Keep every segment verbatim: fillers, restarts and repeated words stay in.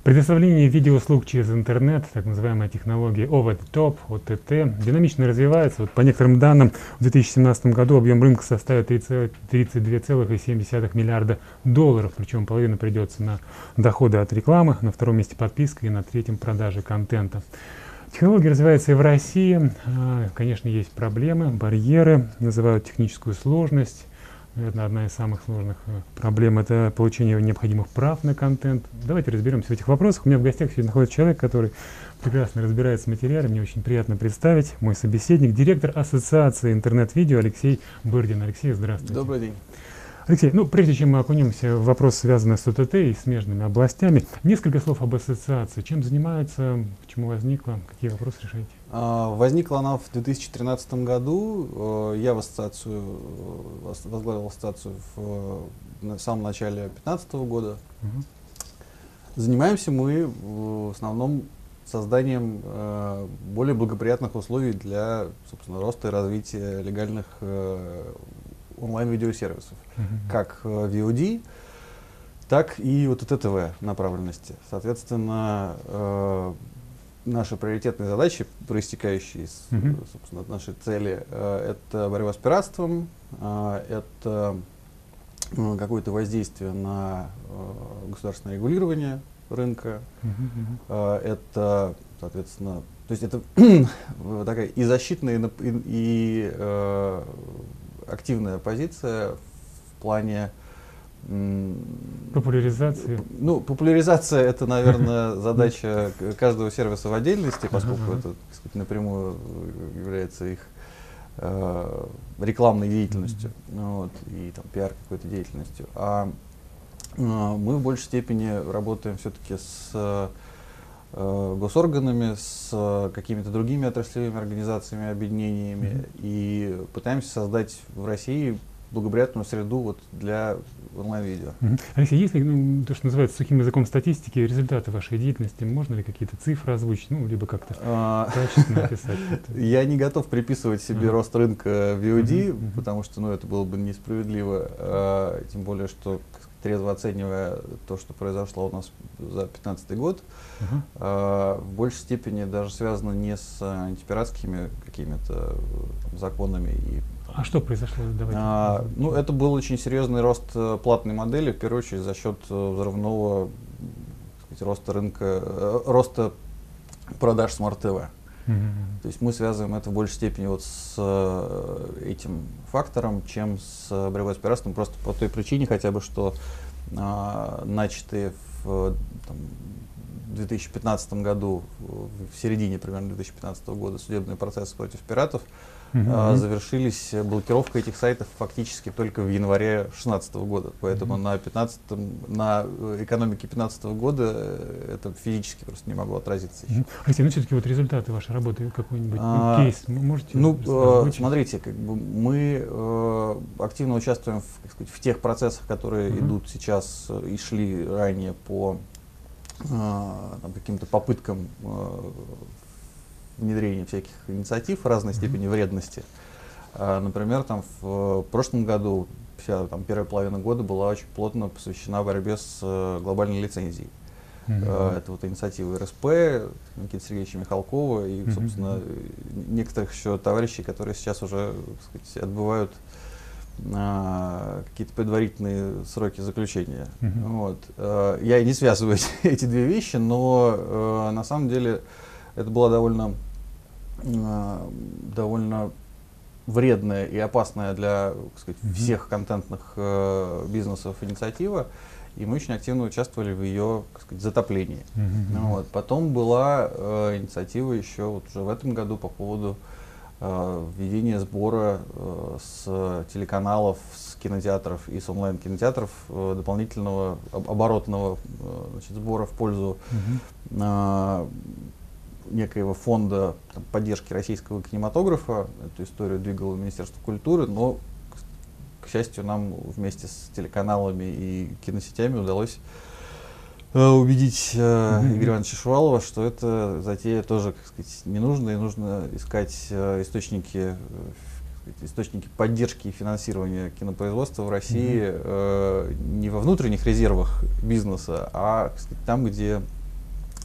Предоставление видеоуслуг через интернет, так называемая технология over the top, о тэ тэ, динамично развивается. Вот по некоторым данным, в две тысячи семнадцатом году объем рынка составит тридцать две целых семь десятых миллиарда долларов, причем половина придется на доходы от рекламы, на втором месте подписка и на третьем продажи контента. Технология развивается и в России. Конечно, есть проблемы, барьеры, называют техническую сложность. Наверное, одна из самых сложных проблем — это получение необходимых прав на контент. Давайте разберемся в этих вопросах. У меня в гостях сегодня находится человек, который прекрасно разбирается в материале. Мне очень приятно представить. Мой собеседник, директор Ассоциации интернет-видео Алексей Бырдин. Алексей, здравствуйте. Добрый день. Алексей, ну прежде чем мы окунемся в вопрос, связанный с о тэ тэ и смежными областями, несколько слов об ассоциации. Чем занимается, почему возникла, какие вопросы решаете? Возникла она в две тысячи тринадцатом году. Я в ассоциацию, возглавил ассоциацию в, в самом начале две тысячи пятнадцатого года. Угу. Занимаемся мы в основном созданием более благоприятных условий для, собственно, роста и развития легальных онлайн-видеосервисов, uh-huh. как ви о ди, так и о тэ тэ тэ вэ направленности. Соответственно, э, наши приоритетные задачи, проистекающие из uh-huh. собственно, от нашей цели, э, это борьба с пиратством, э, это э, какое-то воздействие на э, государственное регулирование рынка, uh-huh. э, это, соответственно, то есть это такая и защитная, и, и, и э, активная позиция в плане популяризации. Ну, популяризация — это, наверное, задача каждого сервиса в отдельности, поскольку это, так сказать, напрямую является их э, рекламной деятельностью, вот, и там пиар какой-то деятельностью. А э, мы в большей степени работаем все-таки с госорганами, с какими-то другими отраслевыми организациями, объединениями, mm-hmm. и пытаемся создать в России благоприятную среду вот для онлайн-видео. Mm-hmm. Алексей, есть ли, ну, то, что называется сухим языком статистики, результаты вашей деятельности? Можно ли какие-то цифры озвучить, ну, либо как-то качественно описать? Я не готов приписывать себе рост рынка ви о ди, потому что, ну, это было бы несправедливо, тем более, что трезво оценивая то, что произошло у нас за две тысячи пятнадцатый год, uh-huh. э, в большей степени даже связано не с антипиратскими какими-то законами. И, а что произошло? Давайте. А, ну, это был очень серьезный рост платной модели, в первую очередь за счет взрывного, так сказать, роста рынка, э, роста продаж смарт-ТВ. Uh-huh. То есть мы связываем это в большей степени вот с э, этим фактором, чем с борьбой с пиратством, просто по той причине хотя бы, что э, начатые в там, две тысячи пятнадцатом году, в середине примерно две тысячи пятнадцатого года судебные процессы против пиратов Uh-huh. завершились блокировкой этих сайтов фактически только в январе две тысячи шестнадцатого года. Поэтому uh-huh. на, пятнадцатом, на экономике две тысячи пятнадцатого года это физически просто не могло отразиться еще. Uh-huh. Алексей, ну все-таки вот результаты вашей работы, какой-нибудь а, ну, кейс можете? Ну, э, смотрите, как бы мы э, активно участвуем в, как сказать, в тех процессах, которые uh-huh. идут сейчас и шли ранее по э, каким-то попыткам э, внедрение всяких инициатив разной степени вредности. А, например, там в, в прошлом году вся там, первая половина года была очень плотно посвящена борьбе с э, глобальной лицензией. Mm-hmm. а, это вот инициатива эр эс пэ, Никиты Сергеевича Михалкова и, mm-hmm. собственно, некоторых еще товарищей, которые сейчас уже, так сказать, отбывают а, какие-то предварительные сроки заключения. Mm-hmm. Вот. А, я не связываю эти две вещи, но а, на самом деле это была довольно, э, довольно вредная и опасная для, так сказать, mm-hmm. всех контентных э, бизнесов инициатива, и мы очень активно участвовали в ее, так сказать, затоплении. Mm-hmm. Вот. Потом была э, инициатива еще вот уже в этом году по поводу э, введения сбора э, с телеканалов, с кинотеатров и с онлайн-кинотеатров э, дополнительного об, оборотного э, значит, сбора в пользу mm-hmm. э, некоего фонда там, поддержки российского кинематографа. Эту историю двигало Министерство культуры, но, к, к счастью, нам вместе с телеканалами и киносетями удалось э, убедить э, mm-hmm. Игоря Ивановича Шувалова, что это затея тоже, как сказать, не нужна, и нужно искать э, источники, э, источники поддержки и финансирования кинопроизводства в России mm-hmm. э, не во внутренних резервах бизнеса, а, так сказать, там, где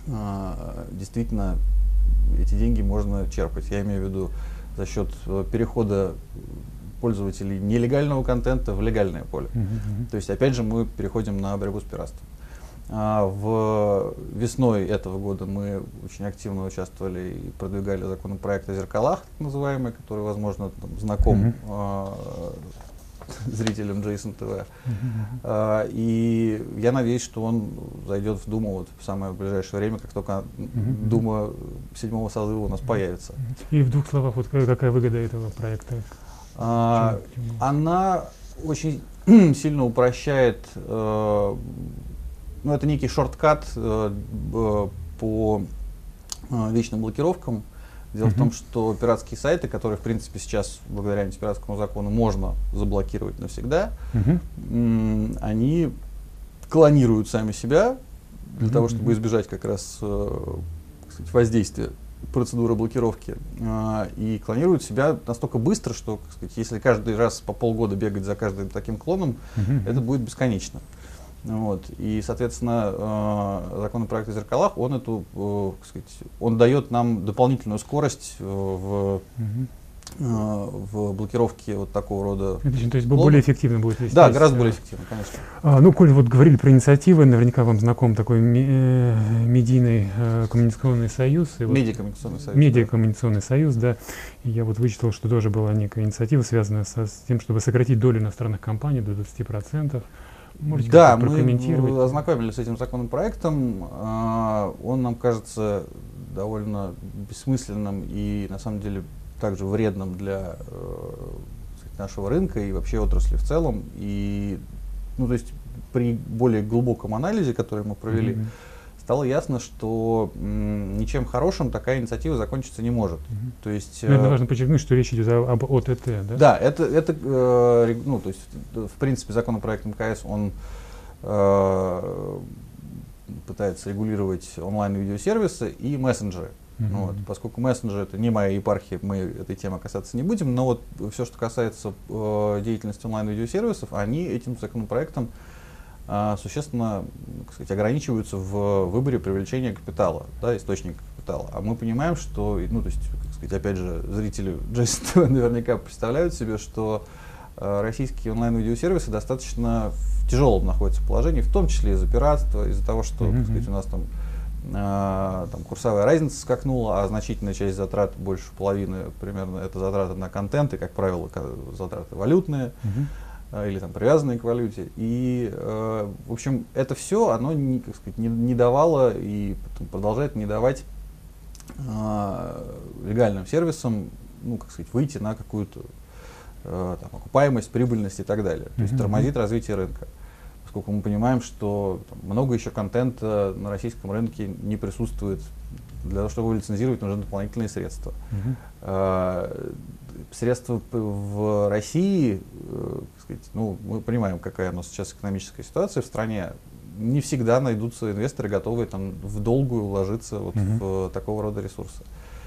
действительно эти деньги можно черпать. Я имею в виду за счет перехода пользователей нелегального контента в легальное поле. Mm-hmm. То есть, опять же, мы переходим на борьбу с пиратством. А в весной этого года мы очень активно участвовали и продвигали законопроект о зеркалах, так называемый, который, возможно, там, знаком mm-hmm. а, зрителям Джейсон ТВ. Mm-hmm. А, и я надеюсь, что он зайдет в Думу вот в самое ближайшее время, как только mm-hmm. Дума седьмого созыва у нас появится. И в двух словах, вот какая выгода этого проекта? А, она очень сильно упрощает, э, ну, это некий шорткат э, по э, вечным блокировкам. Дело uh-huh. в том, что пиратские сайты, которые, в принципе, сейчас, благодаря антипиратскому закону, можно заблокировать навсегда, uh-huh. м, они клонируют сами себя для uh-huh. того, чтобы избежать как раз э, кстати, воздействия процедуры блокировки, э, и клонируют себя настолько быстро, что, так сказать, если каждый раз по полгода бегать за каждым таким клоном, uh-huh. это будет бесконечно. Вот. И, соответственно, э, законопроект о зеркалах, он, эту, э, так сказать, он дает нам дополнительную скорость э, в, uh-huh. э, в блокировке вот такого рода. Отлично, то есть клонов. Более эффективно будет вести. Да, гораздо более эффективно, конечно. А, ну, коль вот говорили про инициативы, наверняка вам знаком такой э, медийный э, коммуникационный союз. Медиакоммуникационный союз. Медиакоммуникационный союз, да. И я вот вычитал, что тоже была некая инициатива, связанная со, с тем, чтобы сократить долю иностранных компаний до двадцати процентов. Можете да, прокомментировать? Мы ознакомились с этим законопроектом. Он нам кажется довольно бессмысленным и, на самом деле, также вредным для нашего рынка и вообще отрасли в целом. И, ну, то есть, при более глубоком анализе, который мы провели, mm-hmm. стало ясно, что м, ничем хорошим такая инициатива закончиться не может. Mm-hmm. То есть, наверное, важно подчеркнуть, что речь идет об ОТТ, да? Да, это, это э, ну, то есть, в принципе, законопроект МКС, он э, пытается регулировать онлайн-видеосервисы и мессенджеры. Mm-hmm. Ну, вот, поскольку мессенджеры — это не моя епархия, мы этой темы касаться не будем, но вот все, что касается э, деятельности онлайн-видеосервисов, они этим законопроектом существенно, так сказать, ограничиваются в выборе привлечения капитала, да, источника капитала. А мы понимаем, что, ну, то есть, так сказать, опять же, зрители Джейсон ТВ наверняка представляют себе, что э, российские онлайн-видеосервисы достаточно в тяжелом находятся положении, в том числе из-за пиратства, из-за того, что, mm-hmm. так сказать, у нас там, э, там курсовая разница скакнула, а значительная часть затрат, больше половины примерно, это затраты на контент, и, как правило, затраты валютные. Mm-hmm. или там привязанные к валюте. И, э, в общем, это все, оно не, как сказать, не, не давало и продолжает не давать э, легальным сервисам, ну, как сказать, выйти на какую-то э, там, окупаемость, прибыльность и так далее. То есть тормозит развитие рынка. Поскольку мы понимаем, что там, много еще контента на российском рынке не присутствует. Для того, чтобы его лицензировать, нужны дополнительные средства. Uh-huh. э, средства в России, э, сказать, ну, мы понимаем, какая у нас сейчас экономическая ситуация в стране, не всегда найдутся инвесторы, готовые там, в долгую вложиться вот, uh-huh. в такого рода ресурсы.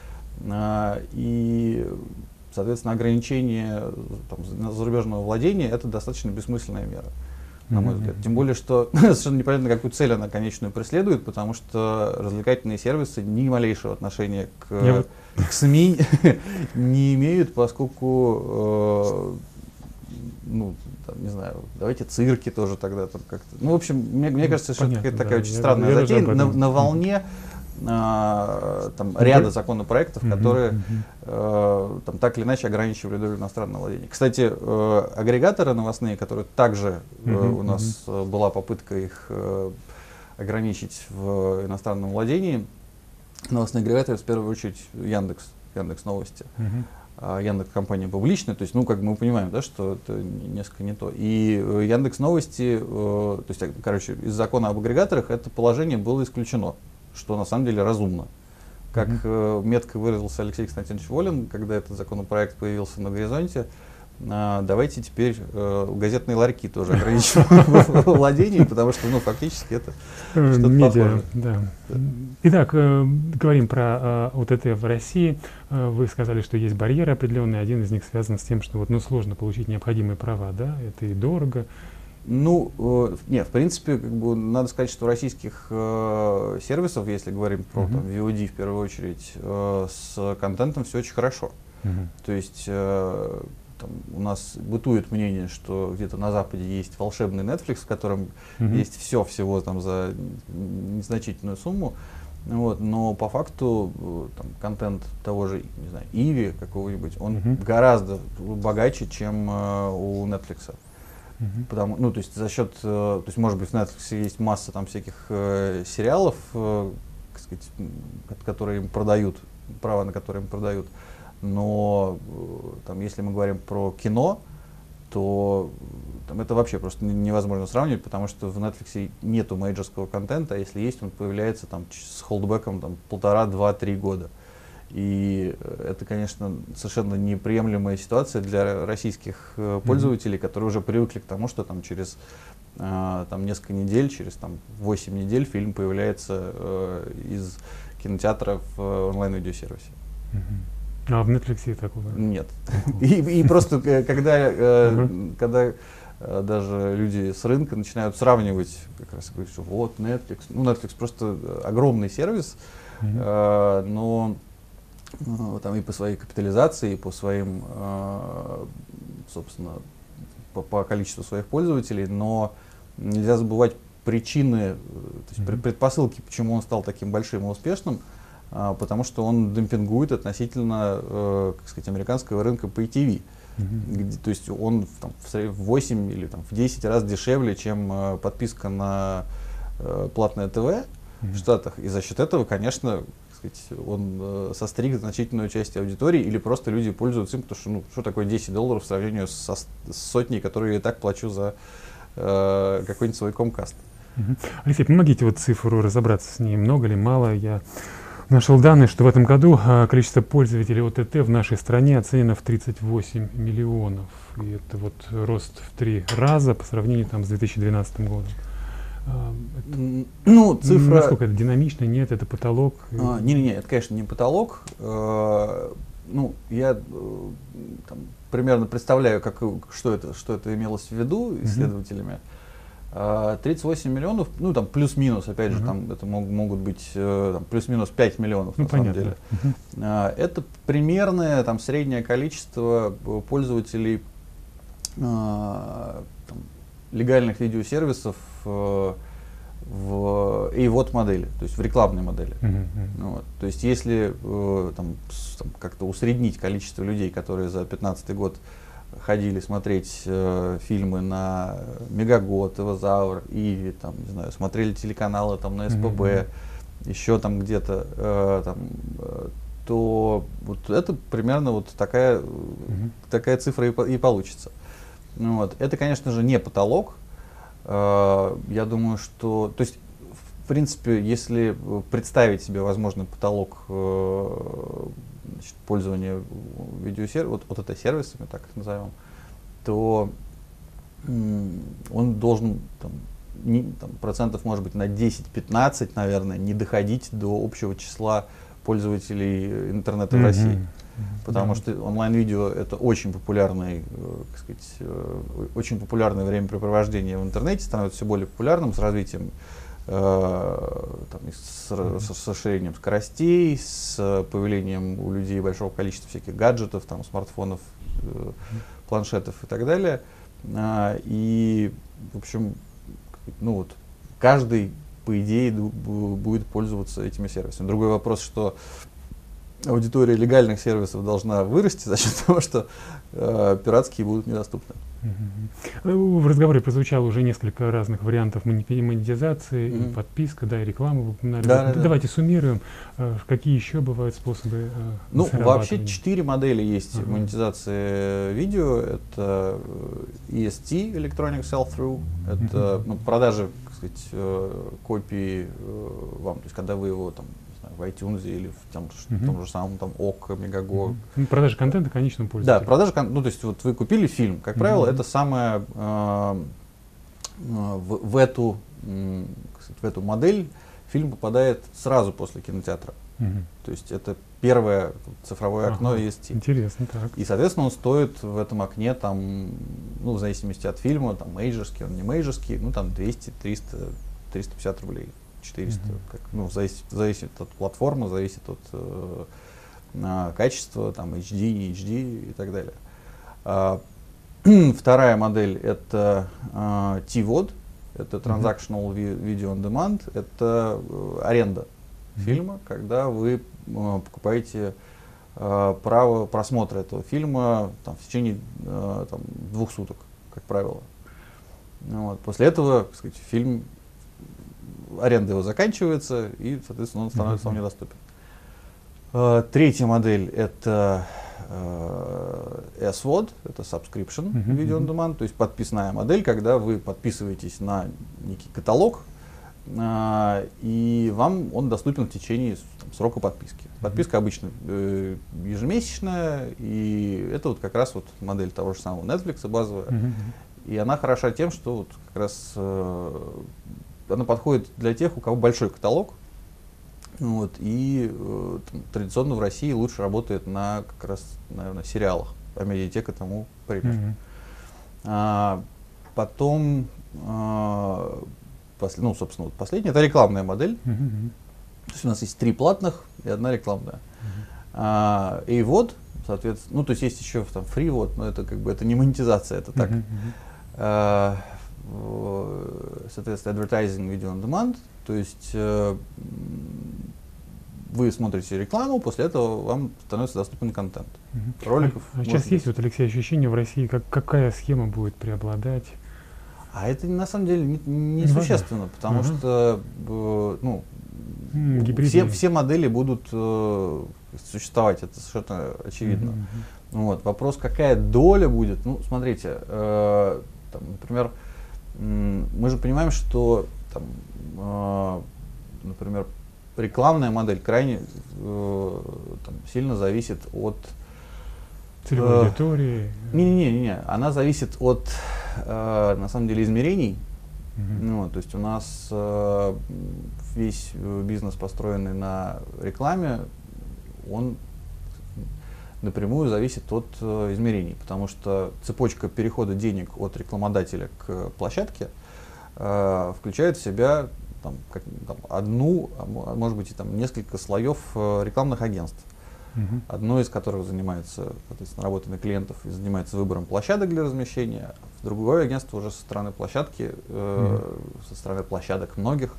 А, и, соответственно, ограничение там, зарубежного владения — это достаточно бессмысленная мера, на мой взгляд. Тем более, что совершенно непонятно, какую цель она конечную преследует, потому что развлекательные сервисы ни малейшего отношения к, к СМИ не имеют, поскольку, э, ну, там, не знаю, давайте цирки тоже тогда там как-то. Ну, в общем, мне, мне кажется, что это такая да, очень странная затея на, на волне э, там, ряда законопроектов, которые э, там, так или иначе ограничивали долю иностранного владения. Кстати, э, агрегаторы новостные, которые также э, у нас э, была попытка их э, ограничить в иностранном владении, новостные агрегаторы, в первую очередь, Яндекс, Яндекс Новости. Uh-huh. Яндекс компания публичная, то есть, ну, как мы понимаем, да, что это несколько не то. И Яндекс Новости, э, то есть, короче, из закона об агрегаторах это положение было исключено, что на самом деле разумно. Как uh-huh. э, метко выразился Алексей Константинович Волин, когда этот законопроект появился на горизонте, э, давайте теперь э, газетные ларьки тоже ограничим в владении, потому что, ну, фактически это что-то похоже. Итак, э, говорим про э, ОТТ в России. Э, вы сказали, что есть барьеры определенные. Один из них связан с тем, что вот, ну, сложно получить необходимые права, да, это и дорого, Ну, э, нет, в принципе, как бы, надо сказать, что у российских э, сервисов, если говорим про Uh-huh. там, ви о ди в первую очередь, э, с контентом все очень хорошо. Uh-huh. То есть э, там, у нас бытует мнение, что где-то на Западе есть волшебный Netflix, в котором Uh-huh. есть все всего там, за незначительную сумму. Вот, но по факту э, там, контент того же, не знаю, Иви какого-нибудь, он Uh-huh. гораздо богаче, чем э, у Netflix. Uh-huh. Потому, ну, то есть за счет, э, то есть, может быть, в Netflix есть масса там всяких э, сериалов, э, так сказать, которые им продают, права на которые им продают, но э, там, если мы говорим про кино, то там, это вообще просто невозможно сравнивать, потому что в Netflix нету мейджорского контента, а если есть, он появляется там с холдбеком там полтора, два, три года. И это, конечно, совершенно неприемлемая ситуация для российских э, пользователей, mm-hmm. которые уже привыкли к тому, что там через э, там, несколько недель, через там, восемь недель фильм появляется э, из кинотеатра в э, онлайн-видеосервисе. Mm-hmm. А в Netflix такого? Нет. И, и просто когда, э, mm-hmm. когда э, даже люди с рынка начинают сравнивать, как раз говорят, что вот Netflix, ну Netflix просто огромный сервис, mm-hmm. э, но там и по своей капитализации, и по своим, э, собственно, по, по количеству своих пользователей, но нельзя забывать причины, то есть mm-hmm. предпосылки, почему он стал таким большим и успешным, э, потому что он демпингует относительно, э, как сказать, американского рынка Pay ти ви. Mm-hmm. Где, то есть он там, в восемь или там, в десять раз дешевле, чем э, подписка на э, платное ТВ mm-hmm. в Штатах, и за счет этого, конечно, он э, состриг значительную часть аудитории, или просто люди пользуются им, потому что, ну, что такое десять долларов в сравнении со, с сотней, которые я и так плачу за э, какой-нибудь свой Comcast. Uh-huh. Алексей, помогите вот цифру разобраться с ней, много ли, мало. Я нашел данные, что в этом году а, количество пользователей о тэ тэ в нашей стране оценено в тридцать восемь миллионов. И это вот рост в три раза по сравнению там, с две тысячи двенадцатым годом. Это, ну, цифра... Насколько это динамично? Нет, это потолок? Не-не-не, это, конечно, не потолок. Э, ну, я э, там, примерно представляю, как, что, это, что это имелось в виду исследователями. Uh-huh. тридцать восемь миллионов, ну, там, плюс-минус, опять uh-huh. же, там, это мог, могут быть э, там, плюс-минус пять миллионов, ну, на понятно. Самом деле. Uh-huh. Это примерное, там, среднее количество пользователей э, там, легальных видеосервисов в эй ви о ти модели, то есть в рекламной модели. Uh-huh. Вот. То есть если э, там, там, как-то усреднить количество людей, которые за пятнадцатый год ходили смотреть э, фильмы на Мегаго, ТВ-Завр, Иви, там, не знаю, смотрели телеканалы там, на эс пэ бэ, uh-huh. еще там где-то, э, там, э, то вот это примерно вот такая, uh-huh. такая цифра и, по- и получится. Вот. Это, конечно же, не потолок. Я думаю, что, то есть, в принципе, если представить себе возможный потолок значит, пользования видеосервисами, вот, вот это сервисами, так их назовем, то он должен там, не, там, процентов, может быть, на десять-пятнадцать, наверное, не доходить до общего числа пользователей интернета mm-hmm. в России. Потому mm-hmm. что онлайн-видео это очень популярный, э, так сказать, э, очень популярное времяпрепровождение в интернете, становится все более популярным с развитием, э, там, с, mm-hmm. с, с расширением скоростей, с появлением у людей большого количества всяких гаджетов, там, смартфонов, э, mm-hmm. планшетов и так далее. А, и, в общем, ну вот, каждый, по идее, будет пользоваться этими сервисами. Другой вопрос, что аудитория легальных сервисов должна вырасти за счет того, что э, пиратские будут недоступны. Uh-huh. В разговоре прозвучало уже несколько разных вариантов монетизации, uh-huh. и подписка, да, и рекламу вы упоминали. Да, да, Давайте да. суммируем, э, какие еще бывают способы э, Ну, вообще четыре модели есть uh-huh. монетизации видео. Это и эс ти, Electronic Sell-Through, uh-huh. это ну, продажи, так сказать, э, копии э, вам, то есть когда вы его там в iTunes или в том, uh-huh. том же самом там ОК, Мегаго. Uh-huh. Продажа контента конечному пользователю. Да, продажа контента, ну то есть вот вы купили фильм, как uh-huh. правило, это самое э, в, в, эту, э, в эту модель фильм попадает сразу после кинотеатра. Мгм. То есть это первое цифровое окно Ага. и эс ти. Интересно, так. И, соответственно, он стоит в этом окне, там, ну, в зависимости от фильма, там, мейджорский, он не мейджорский, ну, там, двести, триста, триста пятьдесят рублей, четыреста, Мгм. как, ну, зависит, зависит от платформы, зависит от э, а, качества, там, эйч ди, не эйч ди и так далее. А, вторая модель — это а, ти вод, это Transactional Vi- Video on Demand, это э, аренда Мгм. фильма, когда вы э, покупаете э, право просмотра этого фильма там, в течение э, там, двух суток, как правило. Ну вот. После этого, так сказать, фильм, аренда его заканчивается, и, соответственно, он становится вам Мгм. недоступен. Э, Третья модель — это э, эс вод, это Subscription Мгм, Video on мгм. Demand, то есть подписная модель, когда вы подписываетесь на некий каталог, а, и вам он доступен в течение там, срока подписки. Подписка обычно э, ежемесячная, и это вот как раз вот модель того же самого Netflix базовая. Мгм, мгм. И она хороша тем, что вот как раз э, она подходит для тех, у кого большой каталог. Вот, и э, там, традиционно в России лучше работает на как раз, наверное, сериалах. А медиатека тому пример. Мгм. А, потом, а, пос- ну, собственно, вот последняя — это рекламная модель. Мгм, мгм. То есть у нас есть три платных и одна рекламная. Мгм. А, и вот, соответственно, ну, то есть есть еще там фривод, но это как бы это не монетизация, это так. Мгм, мгм. А, в- соответственно, advertising video on demand, то есть э, м, вы смотрите рекламу, после этого вам становится доступен контент. Мгм. Роликов А, а может сейчас есть, быть. вот, Алексей, ощущение в России, как, какая схема будет преобладать? А это на самом деле не, не Не важно. существенно, потому Ага. что э, ну, М, все, гибридные. все модели будут э, существовать, это совершенно очевидно. Мгм, мгм. Вот. Вопрос, какая доля будет, ну, смотрите, э, там, например, м, мы же понимаем, что, там, э, например, рекламная модель крайне э, там, сильно зависит от... Целевой э, аудитории. Не-не-не, она зависит от, э, на самом деле, измерений. Мгм. Ну, вот, то есть у нас э, весь э, бизнес, построенный на рекламе, он напрямую зависит от э, измерений, потому что цепочка перехода денег от рекламодателя к площадке э, включает в себя там, как, там, одну, а мо- а может быть и там, несколько слоев э, рекламных агентств. Мгм. Одно из которых занимается, соответственно, работой на клиентов и занимается выбором площадок для размещения, а другое агентство уже со стороны площадки, э, со стороны площадок многих,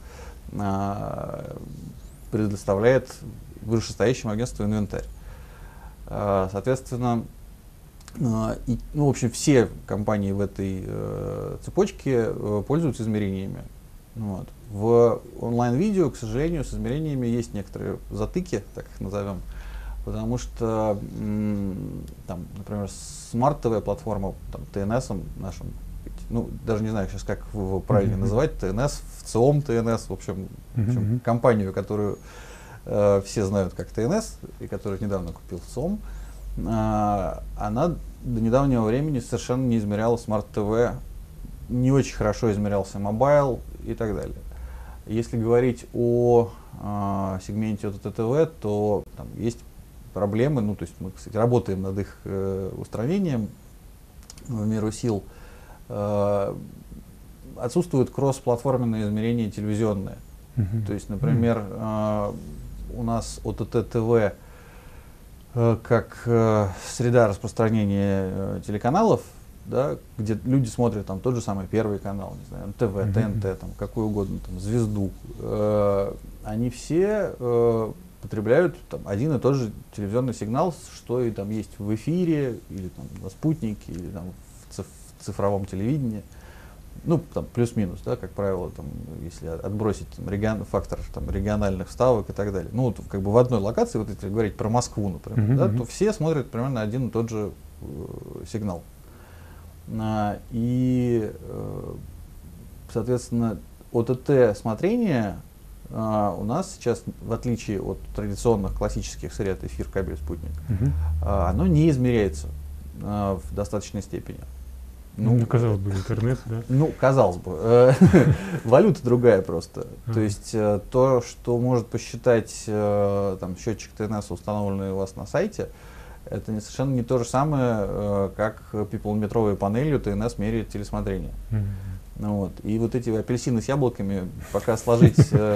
э, предоставляет вышестоящему агентству инвентарь. Э, соответственно, э, и, ну, в общем, все компании в этой э, цепочке э, пользуются измерениями. Вот. В онлайн-видео, к сожалению, с измерениями есть некоторые затыки, так их назовем. Потому что, м, там, например, смарт-ТВ платформа, там, тэ эн эс нашим, ну, даже не знаю сейчас, как его правильно Мгм. называть, тэ эн эс, в ЦИОМ тэ эн эс, в общем, в Мгм, общем мгм. компанию, которую э, все знают как тэ эн эс, и которую недавно купил ЦИОМ, э, она до недавнего времени совершенно не измеряла смарт-ТВ, не очень хорошо измерялся мобайл и так далее. Если говорить о э, сегменте от ТТВ, то там есть проблемы, ну, то есть мы, кстати, работаем над их э, устранением в меру сил. Э, отсутствует кросс-платформенное измерение телевизионное. Мгм. То есть, например, э, у нас о тэ тэ тэ вэ э, как э, среда распространения э, телеканалов, да, где люди смотрят там тот же самый Первый канал, не знаю, эн тэ вэ, Мгм. тэ эн тэ, там, какую угодно, там, Звезду, э, они все э, потребляют там, один и тот же телевизионный сигнал, что и там есть в эфире, или там, на спутнике, или там, в, циф- в цифровом телевидении. Ну, там, плюс-минус, да, как правило, там, если отбросить там, регион, фактор там, региональных вставок и так далее. Ну, вот, как бы в одной локации, вот если говорить про Москву, например, Мгм, да, мгм. то все смотрят примерно один и тот же э, сигнал. А, и, э, соответственно, о тэ тэ смотрение а, у нас сейчас, в отличие от традиционных классических сред, эфир, кабель, спутник, Мгм. а, оно не измеряется а, в достаточной степени. Ну, ну, казалось бы, интернет, да? Ну, казалось бы. Валюта другая просто. То есть то, что может посчитать там счетчик тэ эн эс, установленный у вас на сайте, это совершенно не то же самое, как пиплометровой панелью тэ эн эс меряет телесмотрение. Вот. И вот эти апельсины с яблоками пока сложить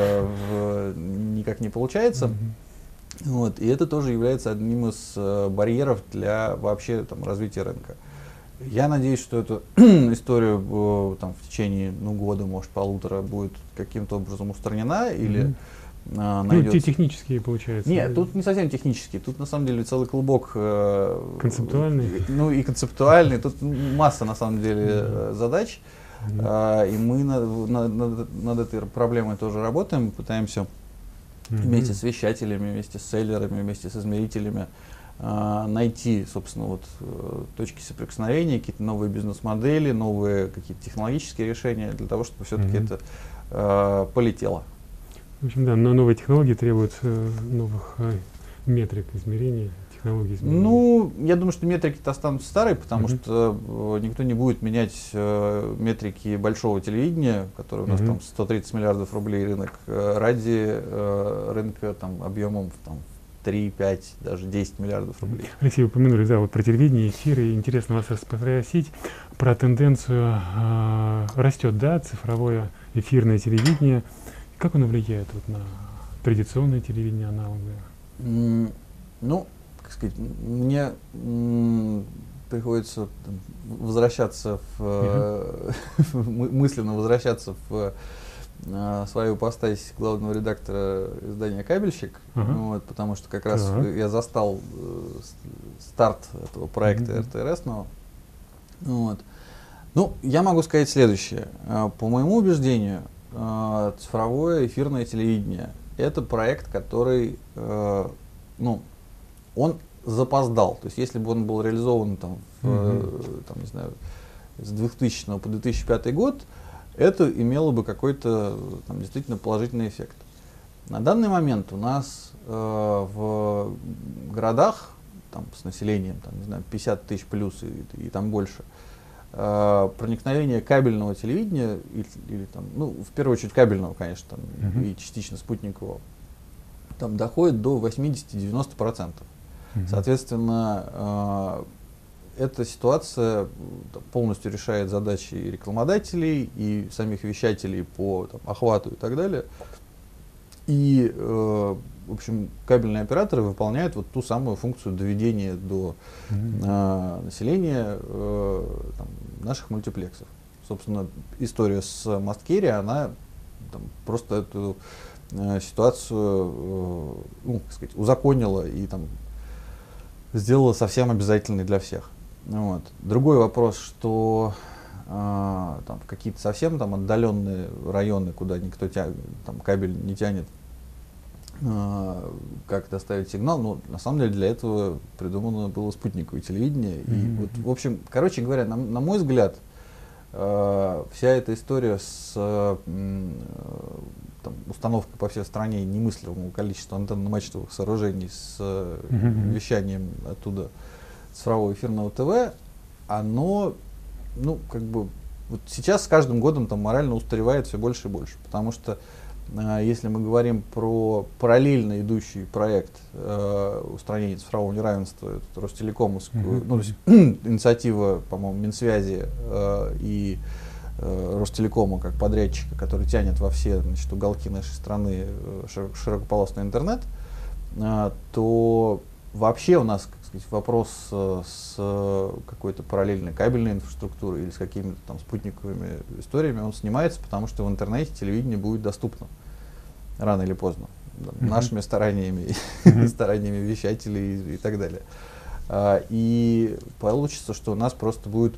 никак не получается. Вот. И это тоже является одним из барьеров для вообще там, развития рынка. Я надеюсь, что эту историю там, в течение ну, года, может, полутора будет каким-то образом устранена или mm-hmm. а, найдется... Ну, те технические, получается. Нет, тут не совсем технические, тут на самом деле целый клубок... Э, концептуальный? Ну и концептуальный, тут масса на самом деле mm-hmm. задач. Mm-hmm. А, и мы над, над, над этой проблемой тоже работаем, пытаемся mm-hmm. вместе с вещателями, вместе с селлерами, вместе с измерителями найти, собственно, вот точки соприкосновения, какие-то новые бизнес-модели, новые какие-то технологические решения для того, чтобы все-таки mm-hmm. это э, полетело. В общем, да, но новые технологии требуют э, новых э, метрик измерений, технологий измерений. Ну, я думаю, что метрики-то останутся старые, потому mm-hmm. что э, никто не будет менять э, метрики большого телевидения, который у нас mm-hmm. там сто тридцать миллиардов рублей рынок, э, ради э, рынка там объемом там три, пять, даже десять миллиардов рублей. Алексей, вы упомянули, да, вот про телевидение, эфиры. Интересно вас спросить про тенденцию. Э, растет, да, цифровое эфирное телевидение. Как оно влияет вот, на традиционное телевидение, аналоговое? Mm, ну, как сказать, мне м, приходится там, возвращаться в, uh-huh. мысленно возвращаться в свою ипостась главного редактора издания «Кабельщик», uh-huh. вот, потому что как раз uh-huh. я застал э, старт этого проекта uh-huh. эр тэ эр эс. Но, вот. Ну, я могу сказать следующее. По моему убеждению, э, цифровое эфирное телевидение — это проект, который, э, ну, он запоздал. То есть, если бы он был реализован там, в, uh-huh. там, не знаю, с двухтысячного по две тысячи пятый год, это имело бы какой-то там, действительно положительный эффект. На данный момент у нас э, в городах там, с населением там, не знаю, пятьдесят тысяч плюс и, и там больше, э, проникновение кабельного телевидения, или, или, там, ну, в первую очередь кабельного, конечно, там, uh-huh. и частично спутникового, там доходит до восемьдесят-девяносто процентов. Uh-huh. Соответственно, э, эта ситуация полностью решает задачи и рекламодателей, и самих вещателей по там, охвату и так далее. И, э, в общем, кабельные операторы выполняют вот ту самую функцию доведения до э, населения э, там, наших мультиплексов. Собственно, история с Must-Carry, она там, просто эту э, ситуацию э, ну, как сказать, узаконила и там, сделала совсем обязательной для всех. Вот. Другой вопрос, что э, там, в какие-то совсем там, отдаленные районы, куда никто тя, там, кабель не тянет, э, как доставить сигнал, ну, на самом деле для этого придумано было спутниковое телевидение. Mm-hmm. И вот, в общем, короче говоря, на, на мой взгляд, э, вся эта история с э, там, установкой по всей стране немыслимого количества антенно-мачтовых сооружений с э, mm-hmm. вещанием оттуда цифрового эфирного ТВ, оно, ну, как бы, вот сейчас с каждым годом там морально устаревает все больше и больше, потому что э, если мы говорим про параллельно идущий проект э, устранения цифрового неравенства, это Ростелекомовскую, mm-hmm. ну, то есть, инициатива, по-моему, Минсвязи э, и э, Ростелекома как подрядчика, который тянет во все, значит, уголки нашей страны э, широкополосный интернет, э, то вообще у нас, как сказать, вопрос э, с э, какой-то параллельной кабельной инфраструктурой или с какими-то там спутниковыми историями, он снимается, потому что в интернете телевидение будет доступно рано или поздно, да, mm-hmm. нашими стараниями, mm-hmm. стараниями вещателей и, и так далее. А, и получится, что у нас просто будет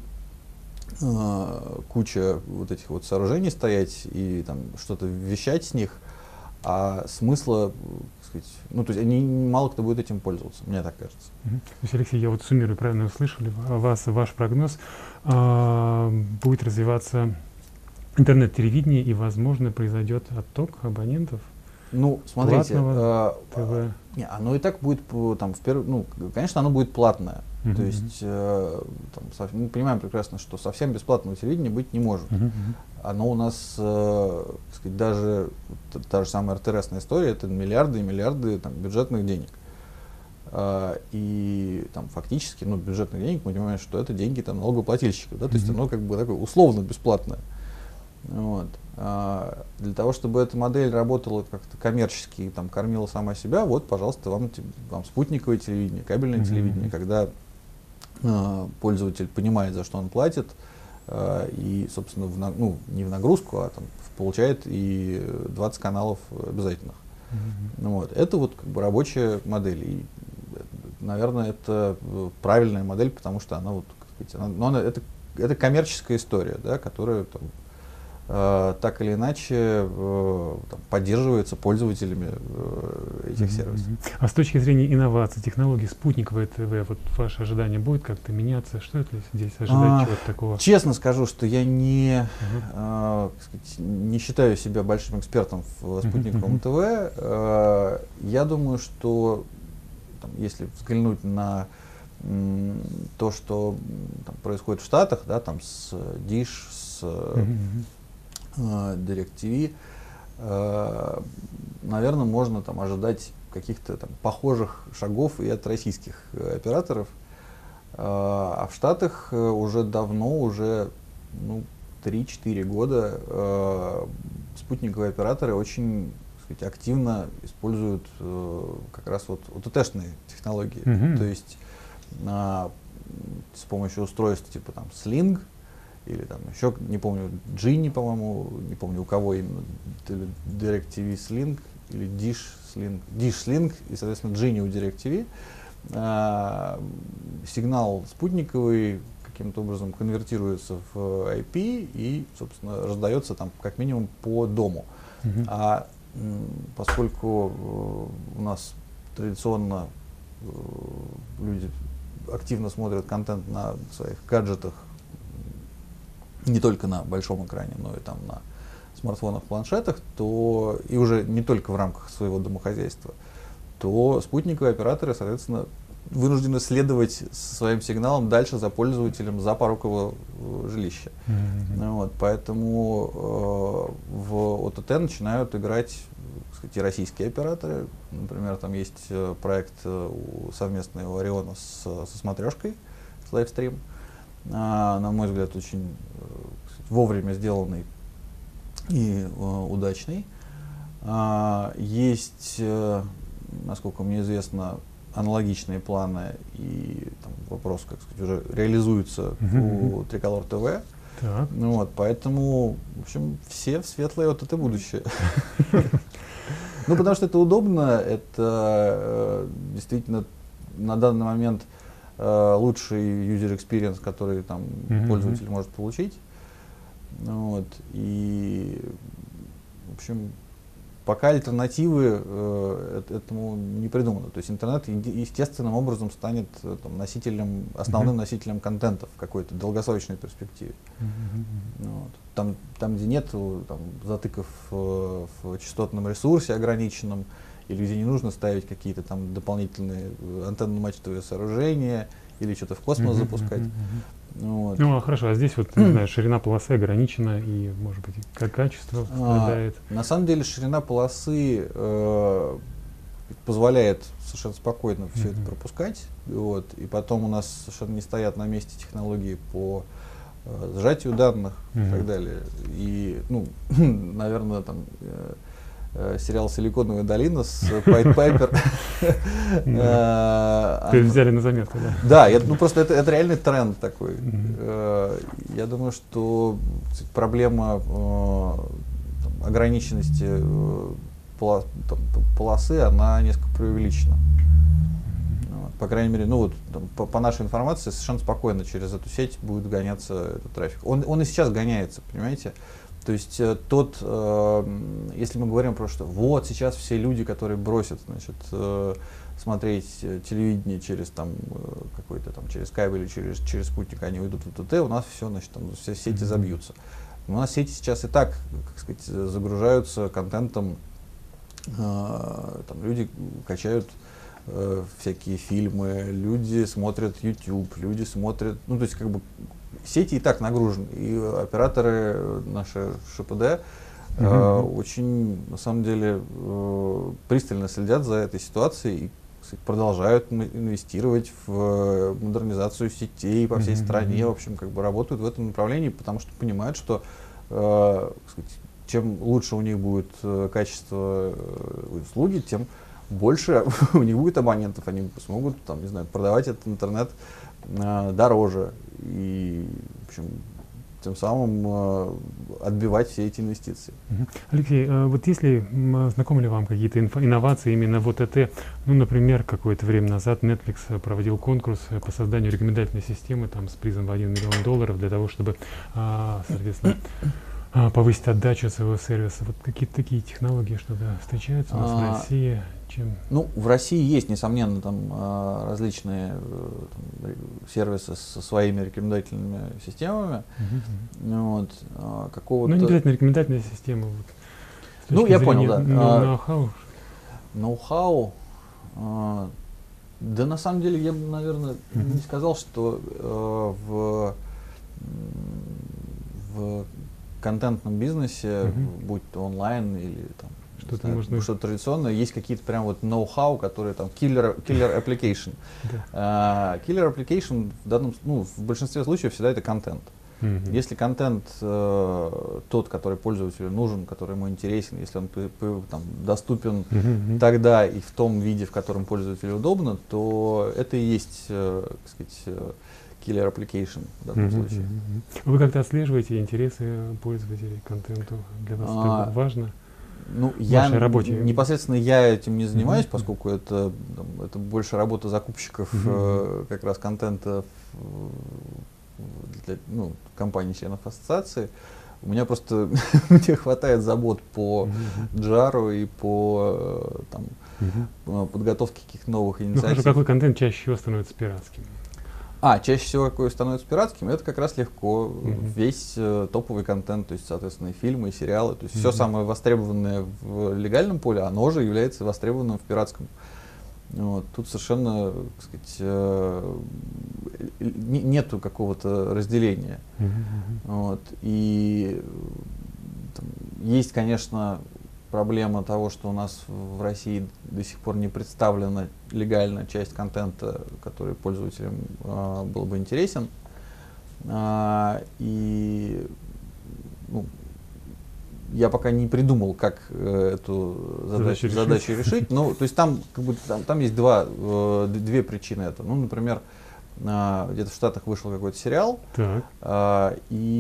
а, куча вот этих вот сооружений стоять и там что-то вещать с них, а смысла, так сказать, ну, то есть они, мало кто будет этим пользоваться, мне так кажется. Mm-hmm. То есть, Алексей, я вот суммирую, правильно услышали, вас, ваш прогноз, а, будет развиваться интернет-телевидение и, возможно, произойдет отток абонентов? Ну, смотрите, платного э, ТВ. Не, оно и так будет, там, в перв... ну, конечно, оно будет платное, Uh-huh. То есть э, там, со, мы понимаем прекрасно, что совсем бесплатного телевидения быть не может. Uh-huh. Оно у нас, э, так сказать, даже та, та же самая эр тэ эр эсная история, это миллиарды и миллиарды там, бюджетных денег. Uh, и там фактически, ну, бюджетных денег, мы понимаем, что это деньги там налогоплательщиков, да, то mm-hmm. есть оно как бы такое условно бесплатное. Вот. Uh, для того, чтобы эта модель работала как-то коммерчески и там кормила сама себя, вот, пожалуйста, вам, вам спутниковое телевидение, кабельное mm-hmm. телевидение, когда uh, пользователь понимает, за что он платит, uh, и, собственно, в, ну, не в нагрузку, а там получает и двадцать каналов обязательных. Mm-hmm. Ну, вот. Это вот как бы рабочая модель. И, наверное, это правильная модель, потому что она вот, как сказать, она, но она, это, это коммерческая история, да, которая там, э, так или иначе э, там, поддерживается пользователями э, этих mm-hmm. сервисов. А с точки зрения инноваций, технологий, спутниковое ТВ, вот ваше ожидание будет как-то меняться? Что это здесь ожидать а, чего-то такого? Честно скажу, что я не, uh-huh. э, сказать, не считаю себя большим экспертом в спутниковом uh-huh. ТВ. Э, я думаю, что там, если взглянуть на м, то, что там, происходит в Штатах, да, там с Dish, с uh-huh. э, DirecTV, э, наверное, можно там ожидать каких-то там похожих шагов и от российских э, операторов. Э, а в Штатах э, уже давно, уже ну, три-четыре года э, спутниковые операторы очень сказать, активно используют э, как раз вот о тэ тэ-шные технологии. Mm-hmm. То есть э, с помощью устройств типа там Sling или там еще, не помню, Genie, по-моему, не помню у кого именно, DirecTV Sling или Dish Sling, Dish Sling и, соответственно, Genie у DirecTV. Э, сигнал спутниковый каким-то образом конвертируется в ай пи и, собственно, раздается там как минимум по дому. Mm-hmm. А поскольку э, у нас традиционно э, люди активно смотрят контент на своих гаджетах, не только на большом экране, но и там на смартфонах, планшетах, то и уже не только в рамках своего домохозяйства, то спутниковые операторы, соответственно, вынуждены следовать своим сигналом дальше за пользователем за порог его жилища. Mm-hmm. Вот, поэтому э, в о тэ тэ начинают играть, так сказать, и российские операторы. Например, там есть э, проект э, совместный у Ориона с, со смотрешкой, с Livestream. А, на мой взгляд, очень э, сказать, вовремя сделанный и э, удачный. А, есть, э, насколько мне известно, аналогичные планы и там, вопрос, как сказать, уже реализуется uh-huh. у Триколор ТВ. Так. Ну, вот, поэтому, в общем, все в светлое о тэ тэ будущее. Ну, потому что это удобно, это действительно на данный момент лучший user experience, который там пользователь может получить. Вот, и, в общем, пока альтернативы э, этому не придуманы. То есть интернет естественным образом станет там, носителем, основным mm-hmm. носителем контента в какой-то долгосрочной перспективе. Mm-hmm. Вот. Там, там, где нет там, затыков э, в частотном ресурсе ограниченном, или где не нужно ставить какие-то там дополнительные антенно-мачтовые сооружения, или что-то в космос mm-hmm. запускать. Mm-hmm. Вот. Ну, а хорошо, а здесь вот, не знаю, ширина полосы ограничена, и, может быть, как качество страдает? А, на самом деле, ширина полосы э, позволяет совершенно спокойно mm-hmm. все это пропускать, вот, и потом у нас совершенно не стоят на месте технологии по э, сжатию данных mm-hmm. и так далее. И, ну, наверное, там... Э, сериал «Силиконовая долина» с Пайт Пайпер. То есть взяли на заметку, да? Да, это, ну, просто это, это реальный тренд такой. Я думаю, что проблема ограниченности полосы, она несколько преувеличена. По крайней мере, ну вот там, по, по нашей информации, совершенно спокойно через эту сеть будет гоняться этот трафик. Он, он и сейчас гоняется, понимаете? То есть э, тот, э, если мы говорим про что, вот сейчас все люди, которые бросят, значит, э, смотреть телевидение через там э, какой-то там через кабель или через через спутник, они уйдут в о тэ тэ, у нас все, значит, там все сети забьются. У нас сети сейчас и так, как сказать, загружаются контентом, э, там люди качают э, всякие фильмы, люди смотрят YouTube, люди смотрят, ну то есть как бы сети и так нагружены, и операторы наши ШПД э, Mm-hmm. очень, на самом деле, э, пристально следят за этой ситуацией и кстати, продолжают инвестировать в модернизацию сетей по всей Mm-hmm. стране, в общем, как бы работают в этом направлении, потому что понимают, что э, сказать, чем лучше у них будет э, качество э, услуги, тем больше у них будет абонентов, они смогут, там, не знаю, продавать этот интернет э, дороже и, в общем, тем самым э, отбивать все эти инвестиции. Алексей, а вот если м, знакомы ли вам какие-то инфо- инновации именно в о тэ тэ? Ну, например, какое-то время назад Netflix проводил конкурс по созданию рекомендательной системы там, с призом в один миллион долларов для того, чтобы, а, соответственно, а, повысить отдачу своего сервиса. Вот какие-то такие технологии что-то встречаются у нас в А, России? Чем? Ну, в России есть, несомненно, там а, различные э, там, сервисы со своими рекомендательными системами. Мгм. Ну, вот, а, какого-то... Ну, не обязательно рекомендательная система. Вот, с Ну, точки я понял, зрения да. ноу- А, ноу-хау. Ноу-хау. а, Да, на самом деле, я бы, наверное, Мгм. не сказал, что э, в, в контентном бизнесе, Мгм. будь то онлайн или там, не Что-то знаю, можно- что-то традиционное, есть какие-то прям вот ноу-хау, которые там killer, killer application. Да. А, Killer application в данном, с- ну, в большинстве случаев всегда это контент. Мгм. Если контент э, тот, который пользователю нужен, который ему интересен, если он п- п- там, доступен Мгм. Мгм. тогда и в том виде, в котором пользователю удобно, то это и есть, э, так сказать, э, killer application в данном Мгм. случае. Мгм. Вы как-то отслеживаете интересы пользователей к контенту? Для вас А, это важно? Ну, я вашей работе? н- непосредственно я этим не занимаюсь, Мгм. поскольку это, там, это больше работа закупщиков Мгм. э, как раз контента в- для ну, компаний членов ассоциации. У меня просто мне хватает забот по Мгм. джару и по э, там, Мгм. э, подготовке каких-то новых Ну хорошо, инициатив. какой контент чаще всего становится пиратским? А, чаще всего какой становится пиратским, это как раз легко. Мгм. Весь э, топовый контент, то есть, соответственно, и фильмы, и сериалы. То есть все Мгм. самое востребованное в легальном поле, оно же является востребованным в пиратском. Вот. Тут совершенно, так сказать, э, не- нету какого-то разделения. Мгм. Мгм. Вот. И э, там, есть, конечно, проблема того, что у нас в России до сих пор не представлена легальная часть контента, который пользователям э, был бы интересен. А, и ну, я пока не придумал, как э, эту задачу, Задачу задачу решить. решить. Ну, то есть там, как бы, там, там есть два, э, д- две причины этого. Ну, например, а, где-то в Штатах вышел какой-то сериал, Так. а,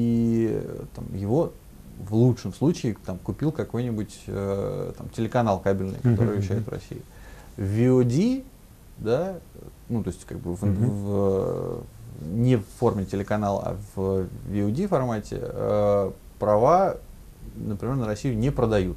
и там, его в лучшем случае там, купил какой-нибудь э, там, телеканал кабельный, который Мгм, вещает мгм. в России. В ви о ди, да, ну то есть как бы в, Мгм. в- не в форме телеканала, а в ви о ди формате э, права, например, на Россию не продают.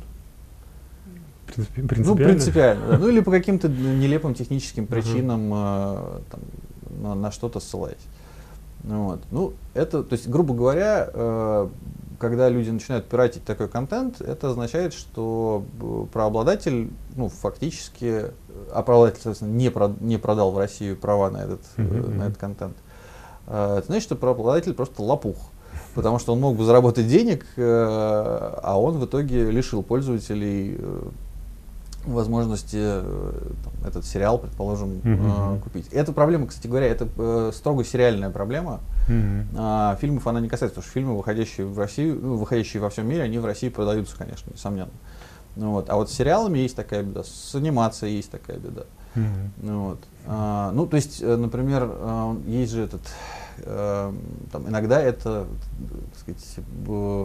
Принципи- Ну, принципиально? принципиально, да. Ну или по каким-то нелепым техническим Ага. причинам э, там, на, на что-то ссылаясь. Ну, вот. Ну, это, то есть, грубо говоря, э, когда люди начинают пиратить такой контент, это означает, что э, правообладатель, ну, фактически, э, а правообладатель, соответственно, не, про- не продал в Россию права на этот, э, Мгм, на мгм. этот контент. Э, это значит, что правообладатель просто лопух. Потому что он мог бы заработать денег, э, а он в итоге лишил пользователей э, возможности э, там, этот сериал, предположим, Мгм, э, мгм. купить. Эта проблема, кстати говоря, это э, строго сериальная проблема. Мгм. А, фильмов она не касается, потому что фильмы, выходящие в Россию, ну, выходящие во всем мире, они в России продаются, конечно, несомненно. Ну, вот. А вот с сериалами есть такая беда, с анимацией есть такая беда. Мгм. Ну, вот. А, ну, то есть, э, например, э, есть же этот, э, там, иногда это, так сказать, б-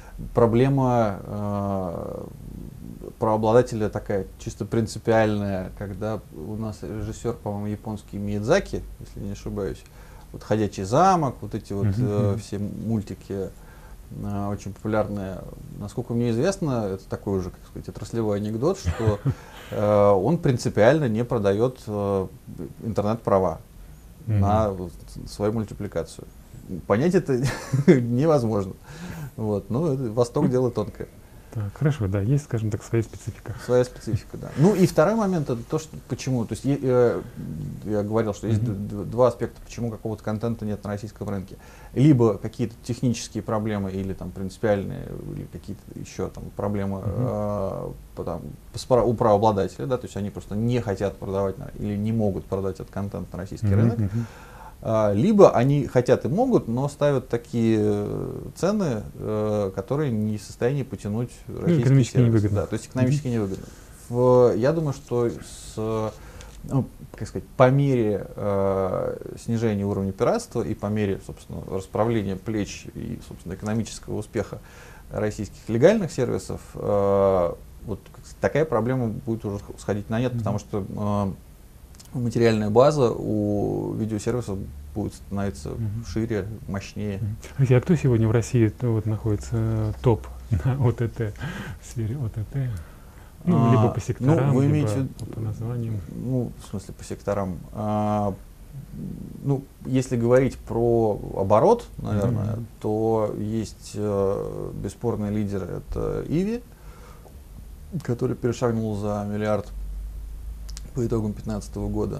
проблема э, правообладателя такая чисто принципиальная, когда у нас режиссер, по-моему, японский Миядзаки, если не ошибаюсь, вот «Ходячий замок», вот эти вот Мгм, э, мгм. все мультики э, очень популярные. Насколько мне известно, это такой уже, как сказать, отраслевой анекдот, что э, он принципиально не продает э, интернет-права Мгм. на вот свою мультипликацию. Понять это невозможно. Вот. Ну, это Восток дело тонкое. Так, хорошо, да, есть, скажем так, своя специфика. Своя специфика, да. Ну и второй момент это то, что почему. То есть я, э, я говорил, что есть Mm-hmm. два аспекта, почему какого-то контента нет на российском рынке. Либо какие-то технические проблемы, или там принципиальные, или какие-то еще там проблемы mm-hmm. э, потом, у правообладателя, да, то есть они просто не хотят продавать на, или не могут продать этот контент на российский mm-hmm. рынок. Либо они хотят и могут, но ставят такие цены, которые не в состоянии потянуть российский экономически сервис. невыгодно. Да, то есть экономически mm-hmm. невыгодно. В, я думаю, что с, ну, как сказать, по мере э, снижения уровня пиратства и по мере, собственно, расправления плеч и, собственно, экономического успеха российских легальных сервисов, э, вот такая проблема будет уже сходить на нет, mm-hmm. потому что э, материальная база у видеосервисов будет становиться uh-huh. шире, мощнее. Uh-huh. А кто сегодня в России вот, находится топ на ОТТ, в сфере ОТТ? Ну, а, либо по секторам, ну, вы либо имеете, по названиям. Ну, в смысле, по секторам. А, ну, если говорить про оборот, наверное, uh-huh. то есть э, бесспорный лидер, это Иви, который перешагнул за миллиард по итогам две тысячи пятнадцатого года.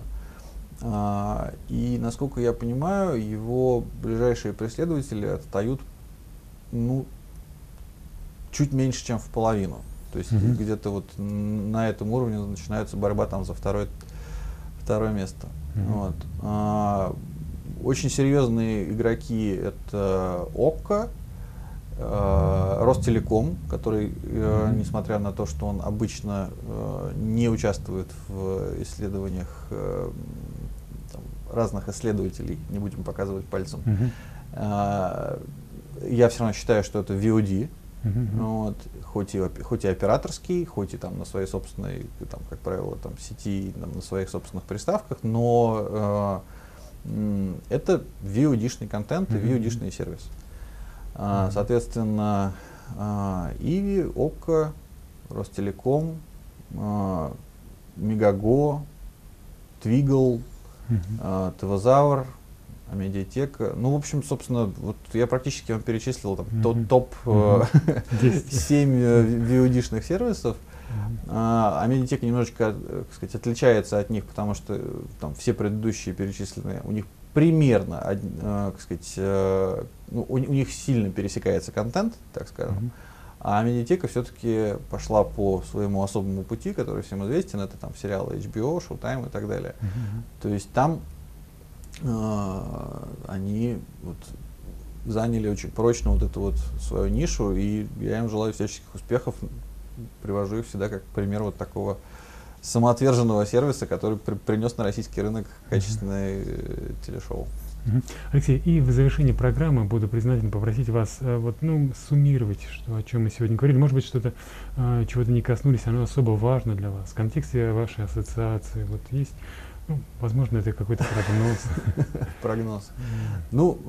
А, и, насколько я понимаю, его ближайшие преследователи отстают, ну, чуть меньше, чем в половину. То есть mm-hmm. где-то вот на этом уровне начинается борьба там за второе, второе место. Mm-hmm. Вот. А, очень серьезные игроки — это ОККО, Uh, Ростелеком, который, uh, несмотря на то, что он обычно uh, не участвует в исследованиях uh, там, разных исследователей, не будем показывать пальцем, uh-huh. uh, я все равно считаю, что это ви о ди, uh-huh. вот, хоть, и, хоть и операторский, хоть и там, на своей собственной, там, как правило, там, сети, там, на своих собственных приставках, но uh, это ви о ди-шный контент uh-huh. и ви о ди-шный сервис. Uh, соответственно, uh, Иви, ОККО, Ростелеком, uh, Мегаго, Твигл, uh, ТВЗавр, Амедиатека. Ну, в общем, собственно, вот я практически вам перечислил там, mm-hmm. топ uh-huh. семь ви о ди-шных сервисов. Uh-huh. Uh, Амедиатека немножечко, так сказать, отличается от них, потому что там все предыдущие перечисленные, у них примерно, э, как сказать, э, ну, у, у них сильно пересекается контент, так скажем, mm-hmm. а Медиатека все-таки пошла по своему особому пути, который всем известен, это там сериалы эйч би о, Showtime и так далее. Mm-hmm. То есть там э, они вот заняли очень прочно вот эту вот свою нишу, и я им желаю всяческих успехов, привожу их всегда как пример вот такого самоотверженного сервиса, который при, принес на российский рынок качественное uh-huh. телешоу. Uh-huh. Алексей, и в завершении программы буду признателен попросить вас э, вот, ну, суммировать, что, о чем мы сегодня говорили. Может быть, что-то, э, чего-то не коснулись, оно особо важно для вас. В контексте вашей ассоциации вот есть, ну, возможно, это какой-то прогноз. Прогноз. Ну,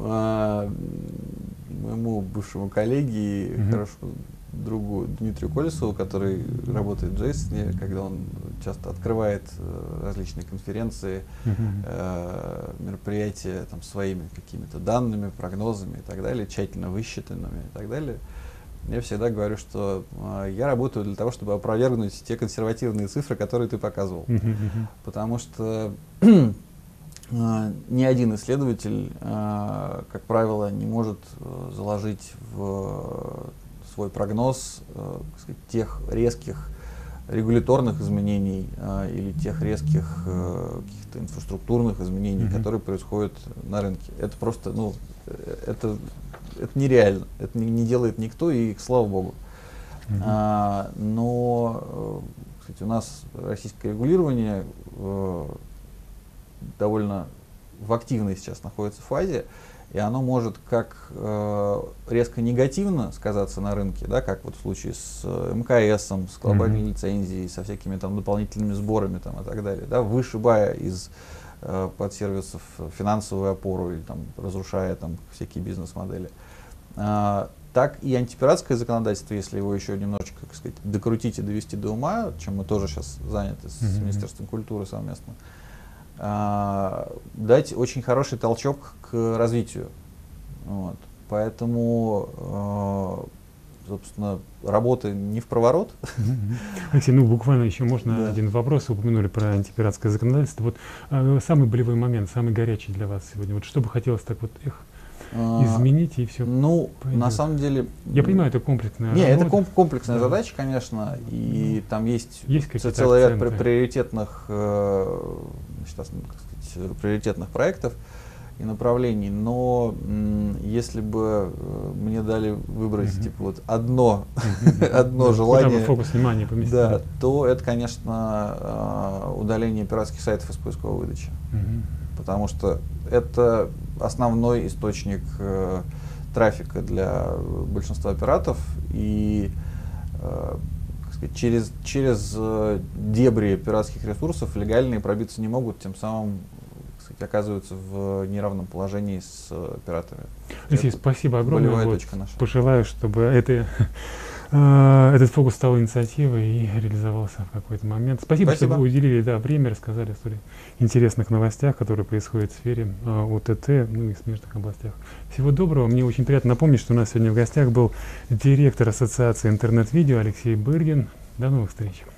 моему бывшему коллеге, хорошему другу Дмитрию Колесову, который работает в Джейсоне, когда он часто открывает э, различные конференции, uh-huh. э, мероприятия там, своими какими-то данными, прогнозами и так далее, тщательно высчитанными и так далее, я всегда говорю, что э, я работаю для того, чтобы опровергнуть те консервативные цифры, которые ты показывал. Uh-huh. Потому что э, ни один исследователь, э, как правило, не может э, заложить в свой прогноз э, сказать, тех резких регуляторных изменений э, или тех резких э, каких-то инфраструктурных изменений, mm-hmm. которые происходят на рынке. Это просто, ну, это, это нереально. Это не, не делает никто, и слава богу. Mm-hmm. А, но, э, кстати, у нас российское регулирование э, довольно в активной сейчас находится фазе. И оно может как э, резко негативно сказаться на рынке, да, как вот в случае с э, эм ка эсом, с глобальной mm-hmm. лицензией, со всякими там дополнительными сборами там, и так далее, да, вышибая из э, подсервисов финансовую опору или там, разрушая там, всякие бизнес-модели. А, так и антипиратское законодательство, если его еще немножечко, как сказать, докрутить и довести до ума, чем мы тоже сейчас заняты с mm-hmm. Министерством культуры совместно, Uh, дать очень хороший толчок к развитию. Вот. Поэтому uh, собственно, работы не в проворот. Алексей, ну буквально еще можно Да. один вопрос. Вы упомянули про антипиратское законодательство. Вот э, самый болевой момент, самый горячий для вас сегодня. Вот что бы хотелось так вот их А, изменить и все. Ну, пойдет. на самом деле... Я понимаю, это комплексная Не, это работа. ком- комплексная Да. задача, конечно, и там есть, Есть какие-то целый ряд акценты? при- приоритетных, э, значит, ос- как сказать, приоритетных проектов и направлений, но м, если бы э, мне дали выбрать Мгм. типа вот одно, Мгм. одно Да, желание, куда бы фокус внимания поместили. да, то это, конечно, э, удаление пиратских сайтов из поисковой выдачи. Мгм. Потому что это основной источник э, трафика для большинства операторов, и э, как сказать, через, через э, дебри пиратских ресурсов легальные пробиться не могут, тем самым как сказать, оказываются в неравном положении с э, пиратами. Алексей, Это спасибо огромное. болевая Вот точка наша. пожелаю, чтобы это, э, этот фокус стал инициативой и реализовался в какой-то момент. Спасибо, Спасибо. что вы уделили да, время, рассказали о столь интересных новостях, которые происходят в сфере э, ОТТ, ну и в смежных областях. Всего доброго. Мне очень приятно напомнить, что у нас сегодня в гостях был директор Ассоциации интернет-видео Алексей Быргин. До новых встреч.